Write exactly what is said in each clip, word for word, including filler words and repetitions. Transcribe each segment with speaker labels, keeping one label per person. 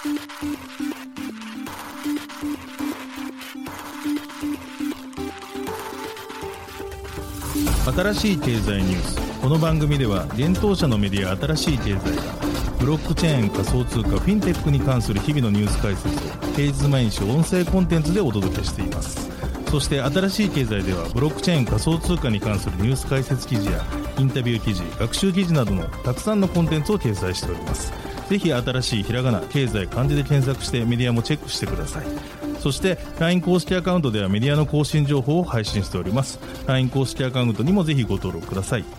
Speaker 1: 新しい経済ニュース。この番組では現当社のメディア新しい経済がブロックチェーン、仮想通貨、フィンテックに関する日々のニュース解説を平日毎日音声コンテンツでお届けしています。そして新しい経済ではブロックチェーン、仮想通貨に関するニュース解説記事やインタビュー記事、学習記事などのたくさんのコンテンツを掲載しております。ぜひ新しいひらがな、経済、漢字で検索してメディアもチェックしてください。そして ライン 公式アカウントではメディアの更新情報を配信しております。 ライン 公式アカウントにもぜひご登録ください。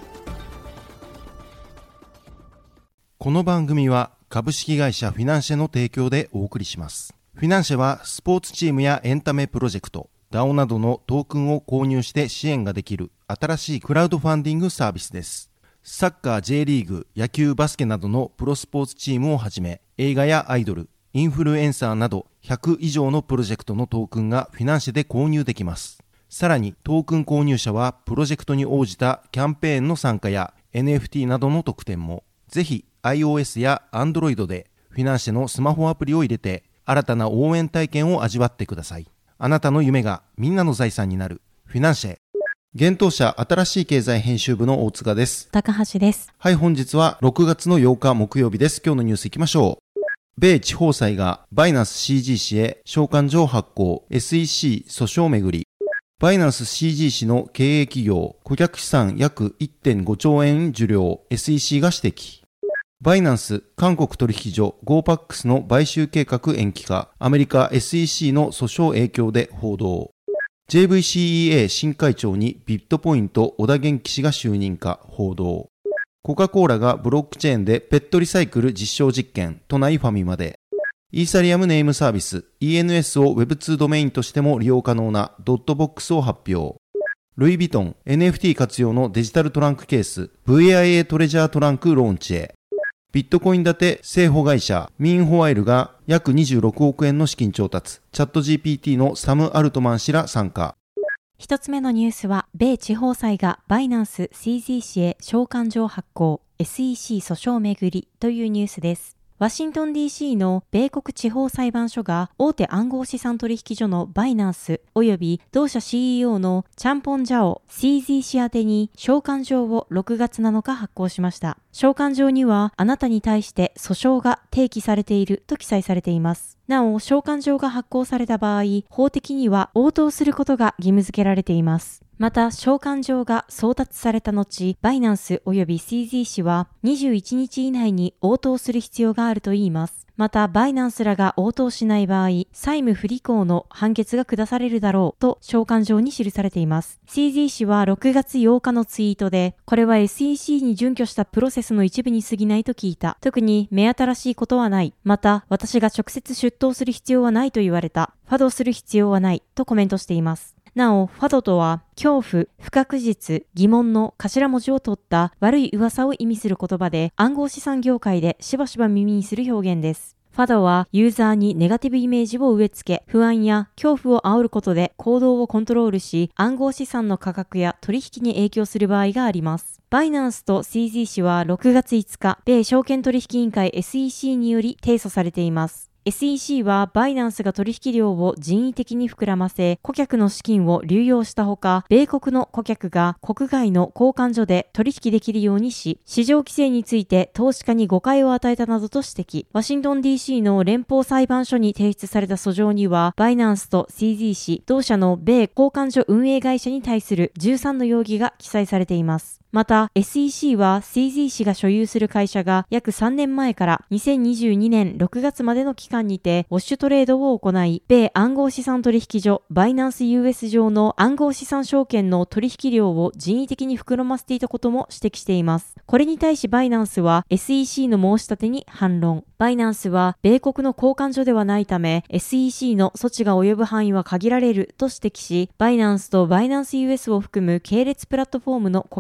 Speaker 2: この番組は株式会社フィナンシェの提供でお送りします。フィナンシェはスポーツチームやエンタメプロジェクト、ダオ などのトークンを購入して支援ができる新しいクラウドファンディングサービスです。サッカー、J リーグ、野球、バスケなどのプロスポーツチームをはじめ、映画やアイドル、インフルエンサーなどひゃく以上のプロジェクトのトークンがフィナンシェで購入できます。さらにトークン購入者はプロジェクトに応じたキャンペーンの参加や エヌエフティー などの特典も。ぜひ iOS や Android でフィナンシェのスマホアプリを入れて新たな応援体験を味わってください。あなたの夢がみんなの財産になるフィナンシェ。現当社新しい経済編集部の大塚です。
Speaker 3: 高橋です。
Speaker 2: はい、本日はろくがつのようか木曜日です。今日のニュースいきましょう。米地方債がバイナンス シージー 氏へ償還状発行、 エスイーシー 訴訟めぐり。バイナンス シージー 氏の経営企業、顧客資産約 いってんごちょうえん受領、 エスイーシー が指摘。バイナンス韓国取引所 ゴーパックス の買収計画延期か、アメリカ エスイーシー の訴訟影響で報道。 ジェイブイシーイーエー 新会長にビットポイント小田元気氏が就任か、報道。コカ・コーラがブロックチェーンでペットリサイクル実証実験、都内ファミマで。イーサリアムネームサービス イーエヌエス を ウェブツー ドメインとしても利用可能なドットボックスを発表。ルイ・ヴィトン エヌエフティー 活用のデジタルトランクケース ブイアイエー トレジャートランクローンチへ。ビットコイン建て生保会社ミンホワイルが約にじゅうろくおくえんの資金調達。チャット ジーピーティー のサム・アルトマン氏ら参加。
Speaker 3: 一つ目のニュースは、米地方債がバイナンス シージー 氏へ償還状発行、 エスイーシー 訴訟めぐりというニュースです。ワシントン ディーシー の米国地方裁判所が大手暗号資産取引所のバイナンス及び同社 シーイーオー のチャンポンジャオ シージー 氏宛てに償還状をろくがつなのか発行しました。償還状にはあなたに対して訴訟が提起されていると記載されています。なお、償還状が発行された場合、法的には応答することが義務付けられています。また、償還状が送達された後、バイナンス及び シージー 氏はにじゅういちにち以内に応答する必要があるといいます。また、バイナンスらが応答しない場合、債務不履行の判決が下されるだろうと償還状に記されています。シージー 氏はろくがつようかのツイートで、これは エスイーシー に準拠したプロセスの一部に過ぎないと聞いた。特に目新しいことはない。また、私が直接出頭する必要はないと言われた。ファドする必要はないとコメントしています。なお、ファドとは、恐怖、不確実、疑問の頭文字を取った悪い噂を意味する言葉で、暗号資産業界でしばしば耳にする表現です。ファドはユーザーにネガティブイメージを植え付け、不安や恐怖を煽ることで行動をコントロールし、暗号資産の価格や取引に影響する場合があります。バイナンスと シージー 氏はろくがついつか、米証券取引委員会 エスイーシー により提訴されています。エスイーシー はバイナンスが取引量を人為的に膨らませ、顧客の資金を流用したほか、米国の顧客が国外の交換所で取引できるようにし、市場規制について投資家に誤解を与えたなどと指摘。ワシントン ディーシー の連邦裁判所に提出された訴状には、バイナンスと シージー 氏、同社の米交換所運営会社に対するじゅうさんの容疑が記載されています。また エスイーシー は シージー 氏が所有する会社が約さんねんまえからにせんにじゅうにねんろくがつまでの期間にてウォッシュトレードを行い、米暗号資産取引所バイナンス ユーエス 上の暗号資産証券の取引量を人為的に膨らませていたことも指摘しています。これに対しバイナンスは エスイーシー の申し立てに反論。バイナンスは米国の交換所ではないため エスイーシー の措置が及ぶ範囲は限られると指摘し、バイナンスとバイナンス ユーエス を含む系列プラットフォームの顧客資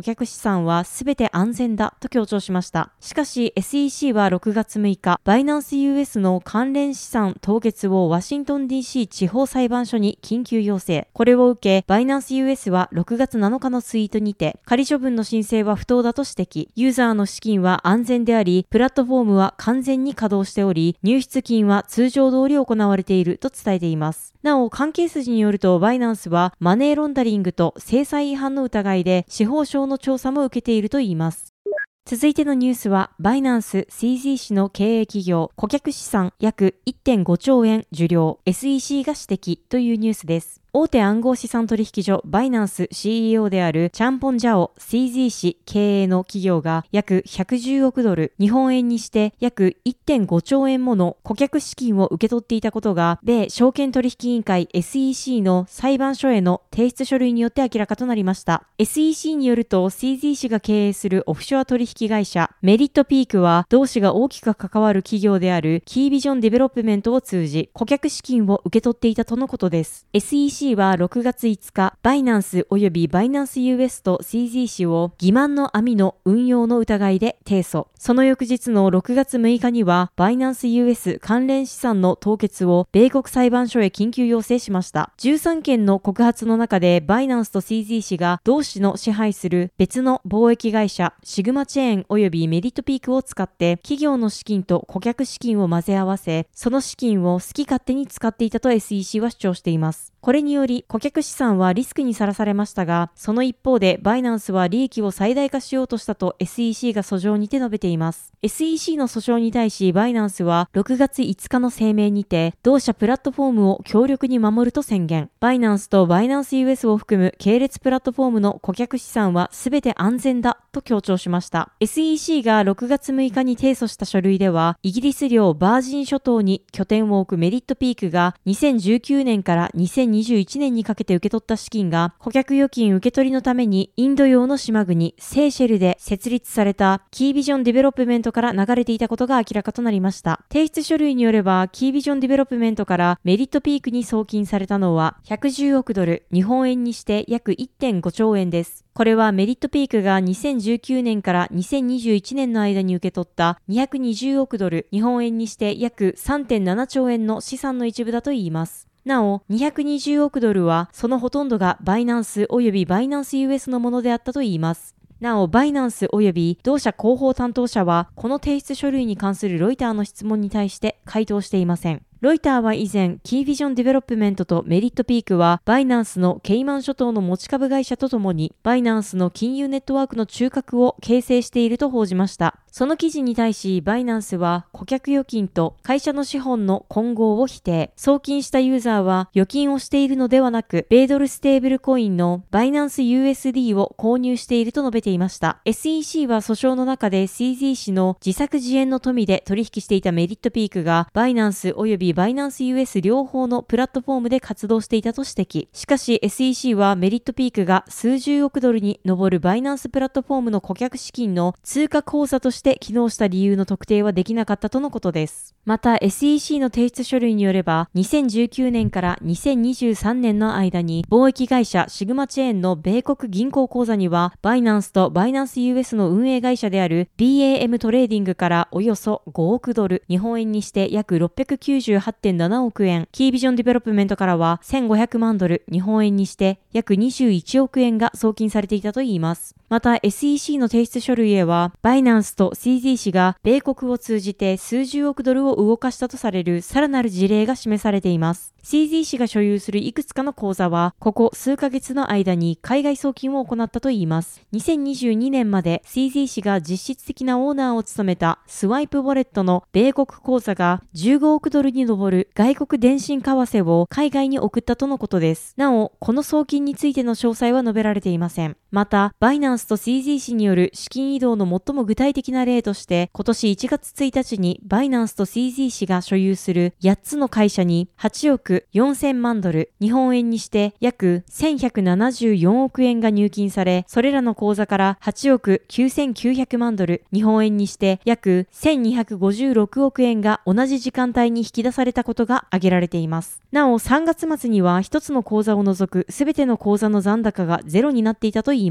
Speaker 3: 産はすべて安全だと強調しました。しかし エスイーシー はろくがつむいか、バイナンス ユーエス の関連資産凍結をワシントン ディーシー 地方裁判所に緊急要請。これを受け、バイナンス ユーエス はろくがつなのかのツイートにて、仮処分の申請は不当だと指摘。ユーザーの資金は安全であり、プラットフォームは完全に稼働しており、入出金は通常通り行われていると伝えています。なお、関係筋によると、バイナンスはマネーロンダリングと制裁違反の疑いで司法省の調査も受けているといいます。続いてのニュースは、バイナンス シーゼー 氏の経営企業、顧客資産約 いってんごちょうえん受領、エスイーシー が指摘というニュースです。大手暗号資産取引所バイナンス シーイーオー であるチャンポンジャオ シーゼー 氏経営の企業が約ひゃくじゅうおくドル、日本円にして約 いってんごちょうえんもの顧客資金を受け取っていたことが、米証券取引委員会 エスイーシー の裁判所への提出書類によって明らかとなりました。エスイーシー によると シーゼー 氏が経営するオフショア取引会社メリットピークは、同氏が大きく関わる企業であるキービジョンデベロップメントを通じ顧客資金を受け取っていたとのことです。エスイーシー はろくがついつか、バイナンス及びバイナンス ユーエス と シーゼー 氏を欺瞞の網の運用の疑いで提訴。その翌日のろくがつむいかには、バイナンス ユーエス 関連資産の凍結を米国裁判所へ緊急要請しました。じゅうさんけんの告発の中で、バイナンスと シーゼー 氏が同氏の支配する別の貿易会社シグマチェーン及びメリットピークを使って企業の資金と顧客資金を混ぜ合わせ、その資金を好き勝手に使っていたと エスイーシー は主張しています。これにより顧客資産はリスクにさらされましたが、その一方でバイナンスは利益を最大化しようとしたと エスイーシー が訴状にて述べています。エスイーシー の訴訟に対しバイナンスはろくがついつかの声明にて、同社プラットフォームを強力に守ると宣言。バイナンスとバイナンス ユーエス を含む系列プラットフォームの顧客資産はすべて安全だと強調しました。エスイーシー がろくがつむいかに提訴した書類では、イギリス領バージン諸島に拠点を置くメリットピークがにせんじゅうきゅうねんからにせんにじゅういちねんにかけて受け取った資金が顧客預金受け取りのためにインド洋の島国セーシェルで設立されたキービジョンデベロップメントから流れていたことが明らかとなりました。提出書類によれば、キービジョンデベロップメントからメリットピークに送金されたのはひゃくじゅうおくドル、日本円にして約 いってんごちょうえんです。これはメリットピークがにせんじゅうきゅうねんからにせんにじゅういちねんの間に受け取ったにひゃくにじゅうおくドル、日本円にして約 さんてんななちょうえんの資産の一部だといいます。なお、にひゃくにじゅうおくドルはそのほとんどがバイナンス及びバイナンス ユーエス のものであったといいます。なお、バイナンス及び同社広報担当者は、この提出書類に関するロイターの質問に対して回答していません。ロイターは以前、キービジョンデベロップメントとメリットピークは、バイナンスのケイマン諸島の持ち株会社とともに、バイナンスの金融ネットワークの中核を形成していると報じました。その記事に対し、バイナンスは、顧客預金と会社の資本の混合を否定。送金したユーザーは、預金をしているのではなく、米ドルステーブルコインのバイナンス ユーエスディー を購入していると述べていました。エスイーシー は訴訟の中で シーゼー 氏の自作自演の富で取引していたメリットピークが、バイナンス及びバイナンス ユーエス 両方のプラットフォームで活動していたと指摘。しかし エスイーシー はメリットピークが数十億ドルに上るバイナンスプラットフォームの顧客資金の通貨口座として機能した理由の特定はできなかったとのことです。また エスイーシー の提出書類によれば、にせんじゅうきゅうねんからにせんにじゅうさんねんの間に貿易会社シグマチェーンの米国銀行口座には、バイナンスとバイナンス ユーエス の運営会社である ビーエーエム トレーディングからおよそごおくドル、日本円にして約 ろっぴゃくきゅうじゅうはちてんななおくえん、キービジョンデベロップメントからはせんごひゃくまんドル、日本円にして約にじゅういちおくえんが送金されていたといいます。また エスイーシー の提出書類へは、バイナンスと シーゼー 氏が米国を通じて数十億ドルを動かしたとされるさらなる事例が示されています。シーゼー 氏が所有するいくつかの口座は、ここ数ヶ月の間に海外送金を行ったといいます。にせんにじゅうにねんまで シーゼー 氏が実質的なオーナーを務めたスワイプウォレットの米国口座がじゅうごおくドルに上る外国電信為替を海外に送ったとのことです。なお、この送金についての詳細は述べられていません。また、バイナンスと シーゼー 氏による資金移動の最も具体的な例として、今年いちがつついたちにバイナンスと シーゼー 氏が所有するやっつの会社にはちおくよんせんまんドル、日本円にして約せんひゃくななじゅうよんおくえんが入金され、それらの口座からはちおくきゅうせんきゅうひゃくまんドル、日本円にして約せんにひゃくごじゅうろくおくえんが同じ時間帯に引き出されたことが挙げられています。なお、さんがつ末には一つの口座を除くすべての口座の残高がゼロになっていたといいます。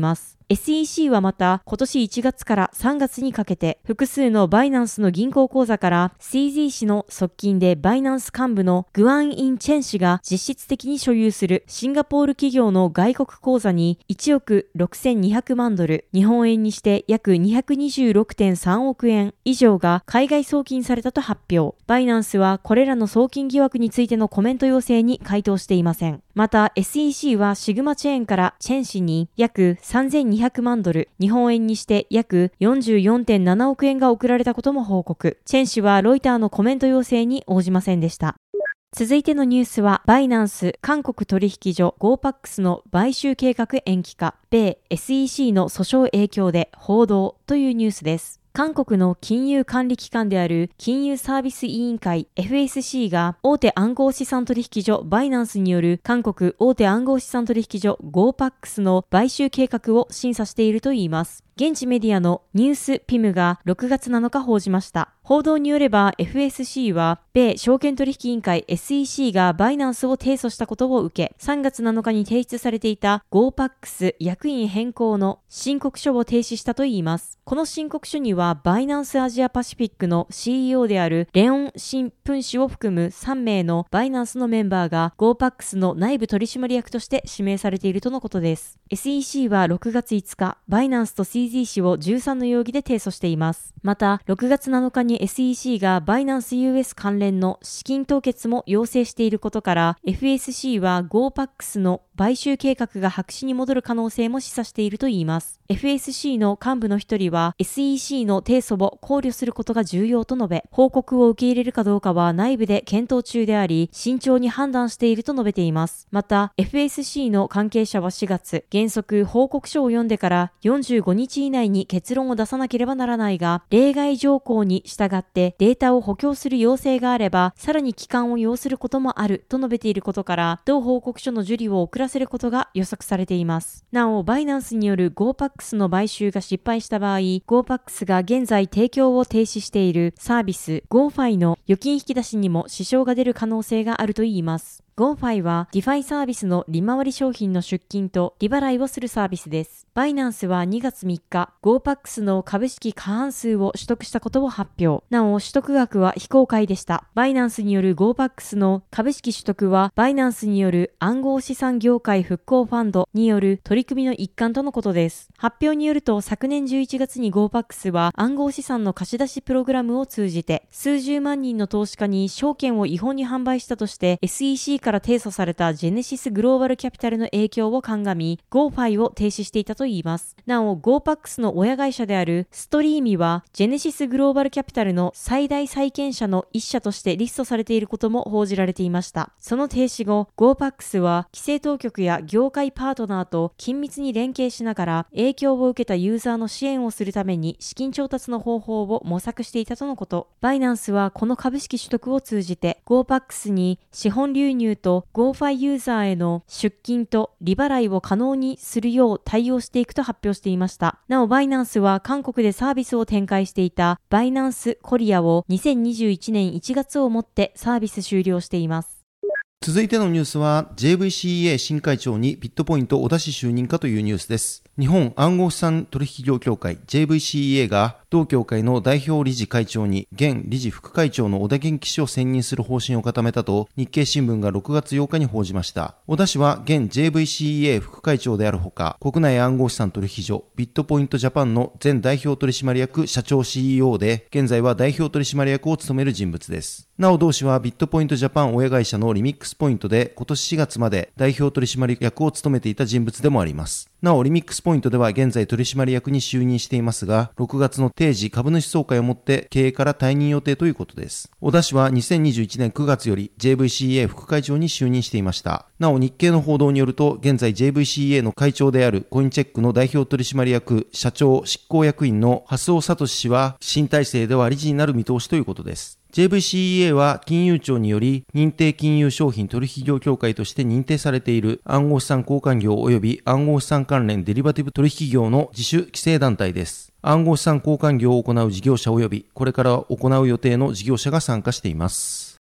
Speaker 3: エスイーシー はまた今年いちがつからさんがつにかけて複数のバイナンスの銀行口座から シーゼー 氏の側近でバイナンス幹部のグアン・イン・チェン氏が実質的に所有するシンガポール企業の外国口座にいちおくろくせんにひゃくまんドル、日本円にして約にひゃくにじゅうろくてんさんおくえん以上が海外送金されたと発表。バイナンスはこれらの送金疑惑についてのコメント要請に回答していません。また エスイーシー はシグマチェーンからチェン氏に約さんぜんにひゃくまんドル、日本円にして約 よんじゅうよんてんななおくえんが送られたことも報告。チェン氏はロイターのコメント要請に応じませんでした。続いてのニュースは、バイナンス韓国取引所 ゴーパックス の買収計画延期か、米 エスイーシー の訴訟影響で報道というニュースです。韓国の金融管理機関である金融サービス委員会 エフエスシー が大手暗号資産取引所バイナンスによる韓国大手暗号資産取引所 ゴーパックス の買収計画を審査しているといいます。現地メディアのニュースピムがろくがつなのか報じました。報道によれば エフエスシー は米証券取引委員会 エスイーシー がバイナンスを提訴したことを受け、さんがつなのかに提出されていた ゴーパックス 役員変更の申告書を停止したといいます。この申告書にはバイナンスアジアパシフィックの シーイーオー であるレオン・シン・プン氏を含むさんめいのバイナンスのメンバーが ゴーパックス の内部取締役として指名されているとのことです。エスイーシー はろくがついつか、バイナンスと シーゼー 氏をじゅうさんの容疑で提訴しています。また、ろくがつなのかに エスイーシー がバイナンス ユーエス 関連の資金凍結も要請していることから、エフエスシー は ゴーパックス の買収計画が白紙に戻る可能性も示唆しているといいます。エフエスシー の幹部の一人は エスイーシー の提訴を考慮することが重要と述べ、報告を受け入れるかどうかは内部で検討中であり、慎重に判断していると述べています。また、エフエスシー の関係者はしがつ、原則報告書を読んでからよんじゅうごにち以内に結論を出さなければならないが、例外条項に従ってデータを補強する要請があれば、さらに期間を要することもあると述べていることから、同報告書の受理を遅らせることが予測されています。なお、バイナンスによる ゴーパックス の買収が失敗した場合、ゴーパックス が現在提供を停止しているサービス ゴーファイ の預金引き出しにも支障が出る可能性があるといいます。ゴーファイ は ディファイ サービスの利回り商品の出金と利払いをするサービスです。バイナンスはにがつみっか、ゴーパックス の株式過半数を取得したことを発表。なお、取得額は非公開でした。バイナンスによる ゴーパックス の株式取得は、バイナンスによる暗号資産業界復興ファンドによる取り組みの一環とのことです。発表によると、昨年じゅういちがつに ゴーパックス は暗号資産の貸し出しプログラムを通じて、数十万人の投資家に証券を違法に販売したとして、エスイーシー から提訴されたジェネシスグローバルキャピタルの影響を鑑み、ゴーファイ を停止していたといいます。なお、ゴーパックス の親会社であるストリーミは、ジェネシスグローバルキャピタルの最大債権者の一社としてリストされていることも報じられていました。その停止後、ゴーパックス は規制当局や業界パートナーと緊密に連携しながら、影響を受けたユーザーの支援をするために資金調達の方法を模索していたとのこと。バイナンスはこの株式取得を通じて、ゴーパックス に資本流入とゴーファイユーザーへの出金と利払いを可能にするよう対応していくと発表していました。なお、バイナンスは韓国でサービスを展開していたバイナンスコリアをにせんにじゅういちねんいちがつをもってサービス終了しています。
Speaker 2: 続いてのニュースは ジェイブイシーイーエー 新会長にビットポイント小田氏就任かというニュースです。日本暗号資産取引業協会 ジェイブイシーイーエー が同協会の代表理事会長に現理事副会長の小田元気氏を選任する方針を固めたと日経新聞がろくがつようかに報じました。小田氏は現 ジェイブイシーイーエー 副会長であるほか、国内暗号資産取引所ビットポイントジャパンの前代表取締役社長 シーイーオー で、現在は代表取締役を務める人物です。なお同氏はビットポイントジャパン親会社のリミックスポイントで今年しがつまで代表取締役を務めていた人物でもあります。なおリミックスポイントでは現在取締役に就任していますが、ろくがつの定時株主総会をもって経営から退任予定ということです。小田氏はにせんにじゅういちねんくがつより ジェイブイシーイーエー 副会長に就任していました。なお日経の報道によると、現在 ジェイブイシーイーエー の会長であるコインチェックの代表取締役社長執行役員の蓮尾聡氏は新体制では理事になる見通しということです。ジェイブイシーイーエー は金融庁により認定金融商品取引業協会として認定されている暗号資産交換業及び暗号資産関連デリバティブ取引業の自主規制団体です。暗号資産交換業を行う事業者及びこれから行う予定の事業者が参加しています。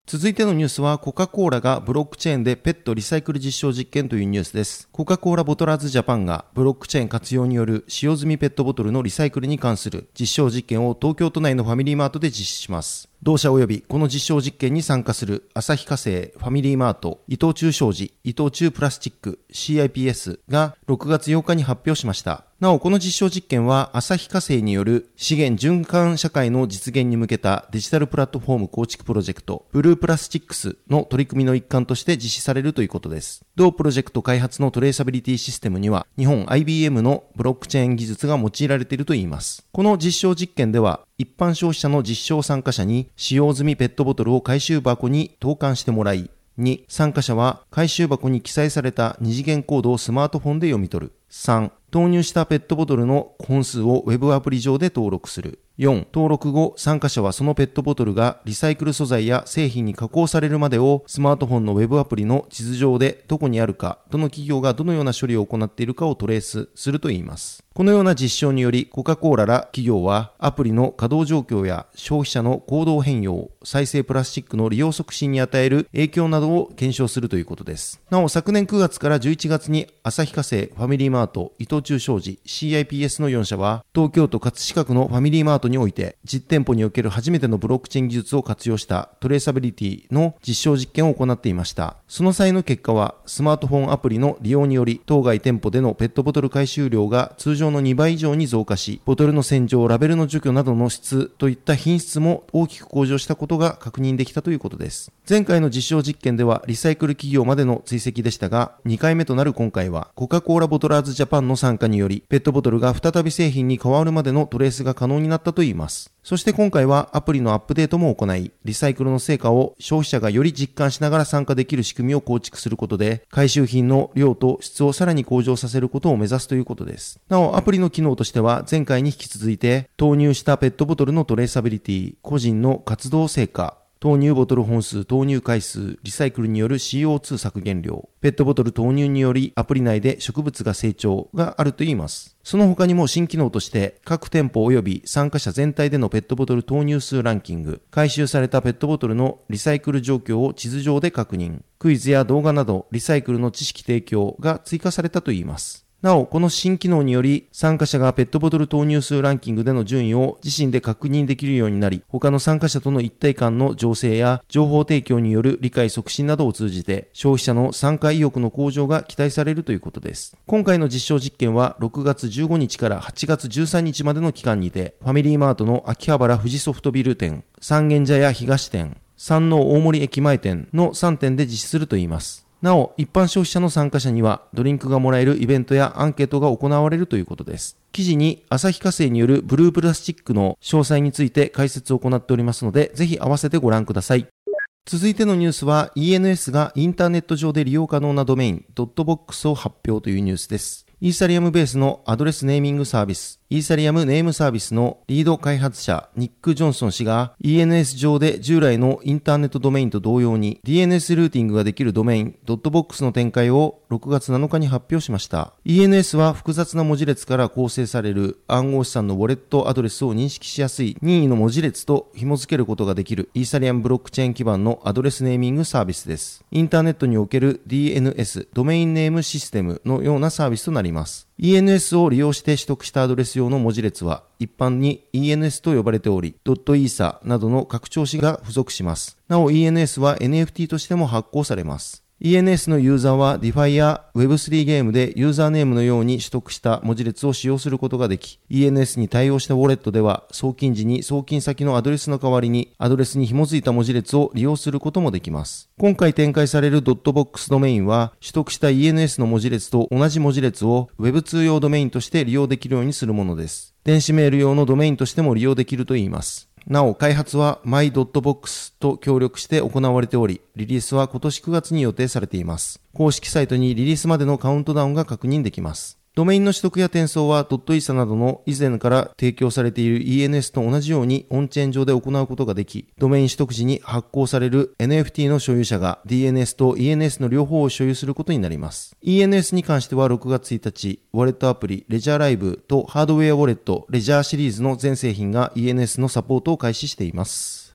Speaker 2: 続いてのニュースはコカ・コーラがブロックチェーンでペットリサイクル実証実験というニュースです。コカ・コーラボトラーズジャパンがブロックチェーン活用による使用済みペットボトルのリサイクルに関する実証実験を東京都内のファミリーマートで実施します。同社及びこの実証実験に参加する旭化成、ファミリーマート、伊藤忠商事、伊藤忠プラスチック、シーアイピーエス がろくがつようかに発表しました。なお、この実証実験は旭化成による資源循環社会の実現に向けたデジタルプラットフォーム構築プロジェクト、ブループラスチックスの取り組みの一環として実施されるということです。同プロジェクト開発のトレーサビリティシステムには日本 アイビーエム のブロックチェーン技術が用いられているといいます。この実証実験では一般消費者の実証参加者に使用済みペットボトルを回収箱に投函してもらい、に、参加者は回収箱に記載された二次元コードをスマートフォンで読み取る。さん、投入したペットボトルの本数をウェブアプリ上で登録する。よん、登録後、参加者はそのペットボトルがリサイクル素材や製品に加工されるまでをスマートフォンのウェブアプリの地図上でどこにあるか、どの企業がどのような処理を行っているかをトレースするといいます。このような実証により、コカ・コーラら企業はアプリの稼働状況や消費者の行動変容、再生プラスチックの利用促進に与える影響などを検証するということです。なお、昨年くがつからじゅういちがつに旭化成、ファミリーマート、伊藤忠商事、シーアイピーエス のよん社は東京都葛飾区のファミリーマートにおいて実店舗における初めてのブロックチェーン技術を活用したトレーサビリティの実証実験を行っていました。その際の結果はスマートフォンアプリの利用により当該店舗でのペットボトル回収量が通常のにばい以上に増加し、ボトルの洗浄、ラベルの除去などの質といった品質も大きく向上したことが確認できたということです。前回の実証実験ではリサイクル企業までの追跡でしたが、にかいめとなる今回はコカ・コーラボトラーズジャパンの参加によりペットボトルが再び製品に変わるまでのトレースが可能になったといいます。そして今回はアプリのアップデートも行い、リサイクルの成果を消費者がより実感しながら参加できる仕組みを構築することで、回収品の量と質をさらに向上させることを目指すということです。なお、アプリの機能としては前回に引き続いて、投入したペットボトルのトレーサビリティ、個人の活動成果、投入ボトル本数、投入回数、リサイクルによる シーオーツー 削減量、ペットボトル投入によりアプリ内で植物が成長があるといいます。その他にも新機能として各店舗及び参加者全体でのペットボトル投入数ランキング、回収されたペットボトルのリサイクル状況を地図上で確認、クイズや動画などリサイクルの知識提供が追加されたといいます。なお、この新機能により参加者がペットボトル投入数ランキングでの順位を自身で確認できるようになり、他の参加者との一体感の醸成や情報提供による理解促進などを通じて消費者の参加意欲の向上が期待されるということです。今回の実証実験はろくがつじゅうごにちからはちがつじゅうさんにちまでの期間にて、ファミリーマートの秋葉原富士ソフトビル店、三軒茶屋東店、山王大森駅前店のさんてんで実施するといいます。なお、一般消費者の参加者にはドリンクがもらえるイベントやアンケートが行われるということです。記事に旭化成によるブループラスチックの詳細について解説を行っておりますので、ぜひ合わせてご覧ください。続いてのニュースは イーエヌエス がインターネット上で利用可能なドメイン、ドットボックスを発表というニュースです。イーサリアムベースのアドレスネーミングサービス、イーサリアムネームサービスのリード開発者ニック・ジョンソン氏が イーエヌエス 上で従来のインターネットドメインと同様に ディーエヌエス ルーティングができるドメイン、ドットボックスの展開をろくがつなのかに発表しました。イーエヌエス は複雑な文字列から構成される暗号資産のウォレットアドレスを認識しやすい任意の文字列と紐付けることができるイーサリアムブロックチェーン基盤のアドレスネーミングサービスです。インターネットにおける ディーエヌエス ドメインネームシステムのようなサービスとなります。イーエヌエス を利用して取得したアドレス用の文字列は一般に イーエヌエス と呼ばれており、ドットイーサなどの拡張子が付属します。なお イーエヌエス は エヌエフティー としても発行されます。イーエヌエス のユーザーは DeFi や ウェブスリー ゲームでユーザーネームのように取得した文字列を使用することができ、イーエヌエス に対応したウォレットでは送金時に送金先のアドレスの代わりにアドレスに紐づいた文字列を利用することもできます。今回展開されるドットボックスドメインは取得した イーエヌエス の文字列と同じ文字列を ウェブツー 用ドメインとして利用できるようにするものです。電子メール用のドメインとしても利用できるといいます。なお、開発は マイドットボックス と協力して行われており、リリースは今年くがつに予定されています。公式サイトにリリースまでのカウントダウンが確認できます。ドメインの取得や転送はドットイーサなどの以前から提供されている イーエヌエス と同じようにオンチェーン上で行うことができ、ドメイン取得時に発行される エヌエフティー の所有者が ディーエヌエス と イーエヌエス の両方を所有することになります。イーエヌエス に関してはろくがつついたち、ウォレットアプリレジャーライブとハードウェアウォレットレジャーシリーズの全製品が イーエヌエス のサポートを開始しています。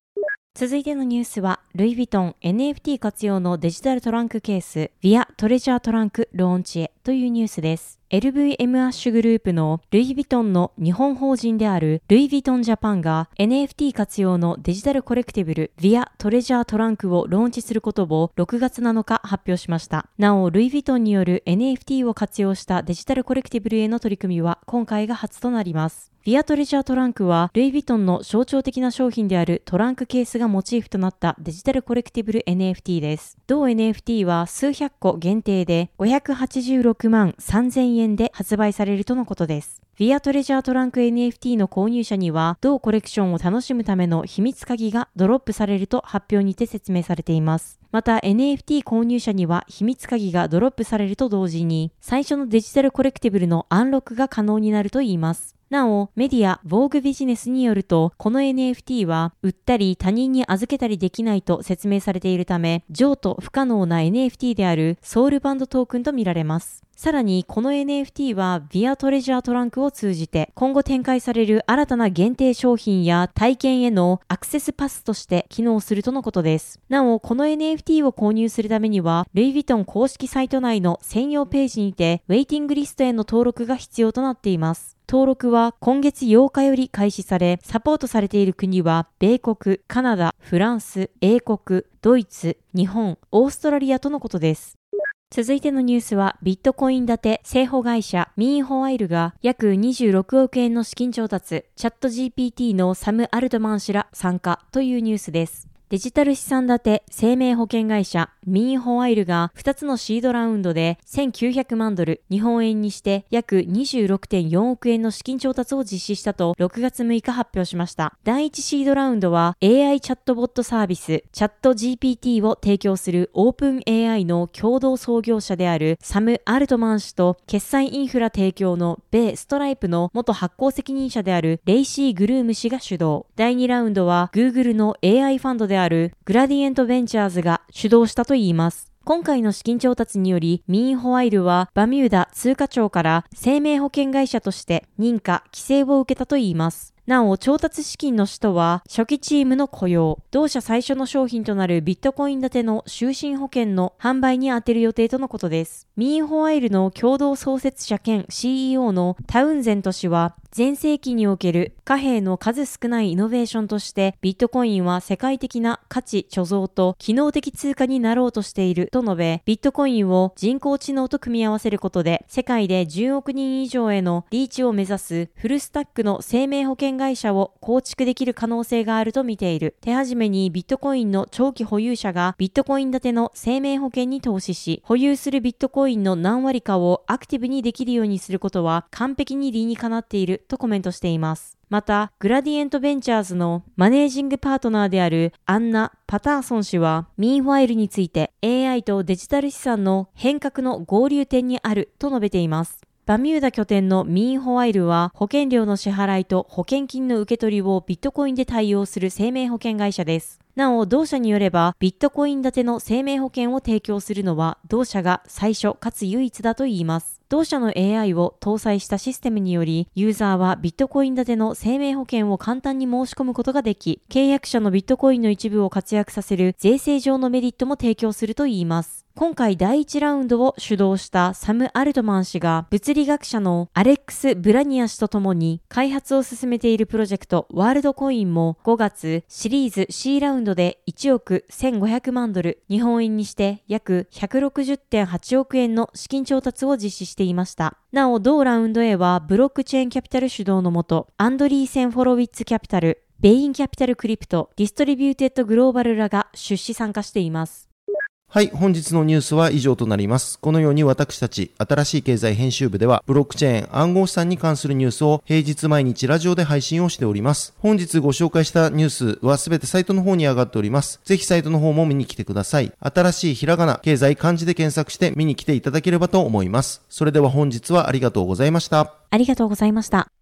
Speaker 3: 続いてのニュースは、ルイ・ヴィトン エヌエフティー 活用のデジタルトランクケース Via トレジャートランクローンチへというニュースです。エルブイエム アッシュグループのルイ・ヴィトンの日本法人であるルイ・ヴィトンジャパンが エヌエフティー 活用のデジタルコレクティブル Via トレジャートランクをローンチすることをろくがつなのか発表しました。なお、ルイ・ヴィトンによる エヌエフティー を活用したデジタルコレクティブルへの取り組みは今回が初となります。ヴィアトレジャートランクは、ルイ・ヴィトンの象徴的な商品であるトランクケースがモチーフとなったデジタルコレクティブル エヌエフティー です。同 エヌエフティー は数百個限定でごひゃくはちじゅうろくまんさんぜんえんで発売されるとのことです。ヴィアトレジャートランク エヌエフティー の購入者には、同コレクションを楽しむための秘密鍵がドロップされると発表にて説明されています。また エヌエフティー 購入者には秘密鍵がドロップされると同時に、最初のデジタルコレクティブルのアンロックが可能になるといいます。なお、メディア、Vogue ビジネスによると、この エヌエフティー は、売ったり他人に預けたりできないと説明されているため、譲渡不可能な エヌエフティー であるソウルバンドトークンと見られます。さらに、この エヌエフティー は Via トレジャートランクを通じて、今後展開される新たな限定商品や体験へのアクセスパスとして機能するとのことです。なお、この エヌエフティー を購入するためには、ルイ・ヴィトン公式サイト内の専用ページにて、ウェイティングリストへの登録が必要となっています。登録は今月ようかより開始され、サポートされている国は、米国、カナダ、フランス、英国、ドイツ、日本、オーストラリアとのことです。続いてのニュースは、ビットコイン建て生保会社ミーンホワイルが約にじゅうろくおくえんの資金調達、チャット ジーピーティー のサム・アルトマン氏ら参加というニュースです。デジタル資産建て生命保険会社ミーンホワイルがふたつのシードラウンドでせんきゅうひゃくまんドル、日本円にして約 にじゅうろくてんよんおくえんの資金調達を実施したとろくがつむいか発表しました。だいいちシードラウンドは エーアイ チャットボットサービスチャット ジーピーティー を提供するオープン エーアイ の共同創業者であるサム・アルトマン氏と決済インフラ提供の米ストライプの元発行責任者であるレイシー・グルーム氏が主導。だいにラウンドは Google の エーアイ ファンドであるグラディエントベンチャーズが主導したといいます。今回の資金調達により、ミーンホワイルはバミューダ通貨庁から生命保険会社として認可・規制を受けたといいます。なお、調達資金の使途は初期チームの雇用、同社最初の商品となるビットコイン建ての就寝保険の販売に充てる予定とのことです。ミーンホワイルの共同創設者兼 シーイーオー のタウンゼント氏は、前世紀における貨幣の数少ないイノベーションとしてビットコインは世界的な価値貯蔵と機能的通貨になろうとしていると述べ、ビットコインを人工知能と組み合わせることで世界でじゅうおくにん以上へのリーチを目指すフルスタックの生命保険会社を構築できる可能性があると見ている。手始めにビットコインの長期保有者がビットコイン建ての生命保険に投資し、保有するビットコインの何割かをアクティブにできるようにすることは完璧に理にかなっているとコメントしています。また、グラディエントベンチャーズのマネージングパートナーであるアンナ・パターソン氏は、ミーンホワイルについて エーアイ とデジタル資産の変革の合流点にあると述べています。バミューダ拠点のミーンホワイルは保険料の支払いと保険金の受け取りをビットコインで対応する生命保険会社です。なお、同社によればビットコイン建ての生命保険を提供するのは同社が最初かつ唯一だといいます。同社の エーアイ を搭載したシステムにより、ユーザーはビットコイン建ての生命保険を簡単に申し込むことができ、契約者のビットコインの一部を活躍させる税制上のメリットも提供するといいます。今回だいいちラウンドを主導したサム・アルトマン氏が物理学者のアレックス・ブラニア氏と共に開発を進めているプロジェクトワールドコインもごがつシリーズ シー ラウンドでいちおくせんごひゃくまんドル、日本円にして約 ひゃくろくじゅってんはちおくえんの資金調達を実施していました。なお、同ラウンド A はブロックチェーンキャピタル主導のもと、アンドリーセン・フォロウィッツキャピタル、ベインキャピタルクリプト、ディストリビューテッドグローバルらが出資参加しています。
Speaker 2: はい、本日のニュースは以上となります。このように私たち、新しい経済編集部では、ブロックチェーン、暗号資産に関するニュースを平日毎日ラジオで配信をしております。本日ご紹介したニュースはすべてサイトの方に上がっております。ぜひサイトの方も見に来てください。新しいひらがな、経済、漢字で検索して見に来ていただければと思います。それでは本日はありがとうございました。
Speaker 3: ありがとうございました。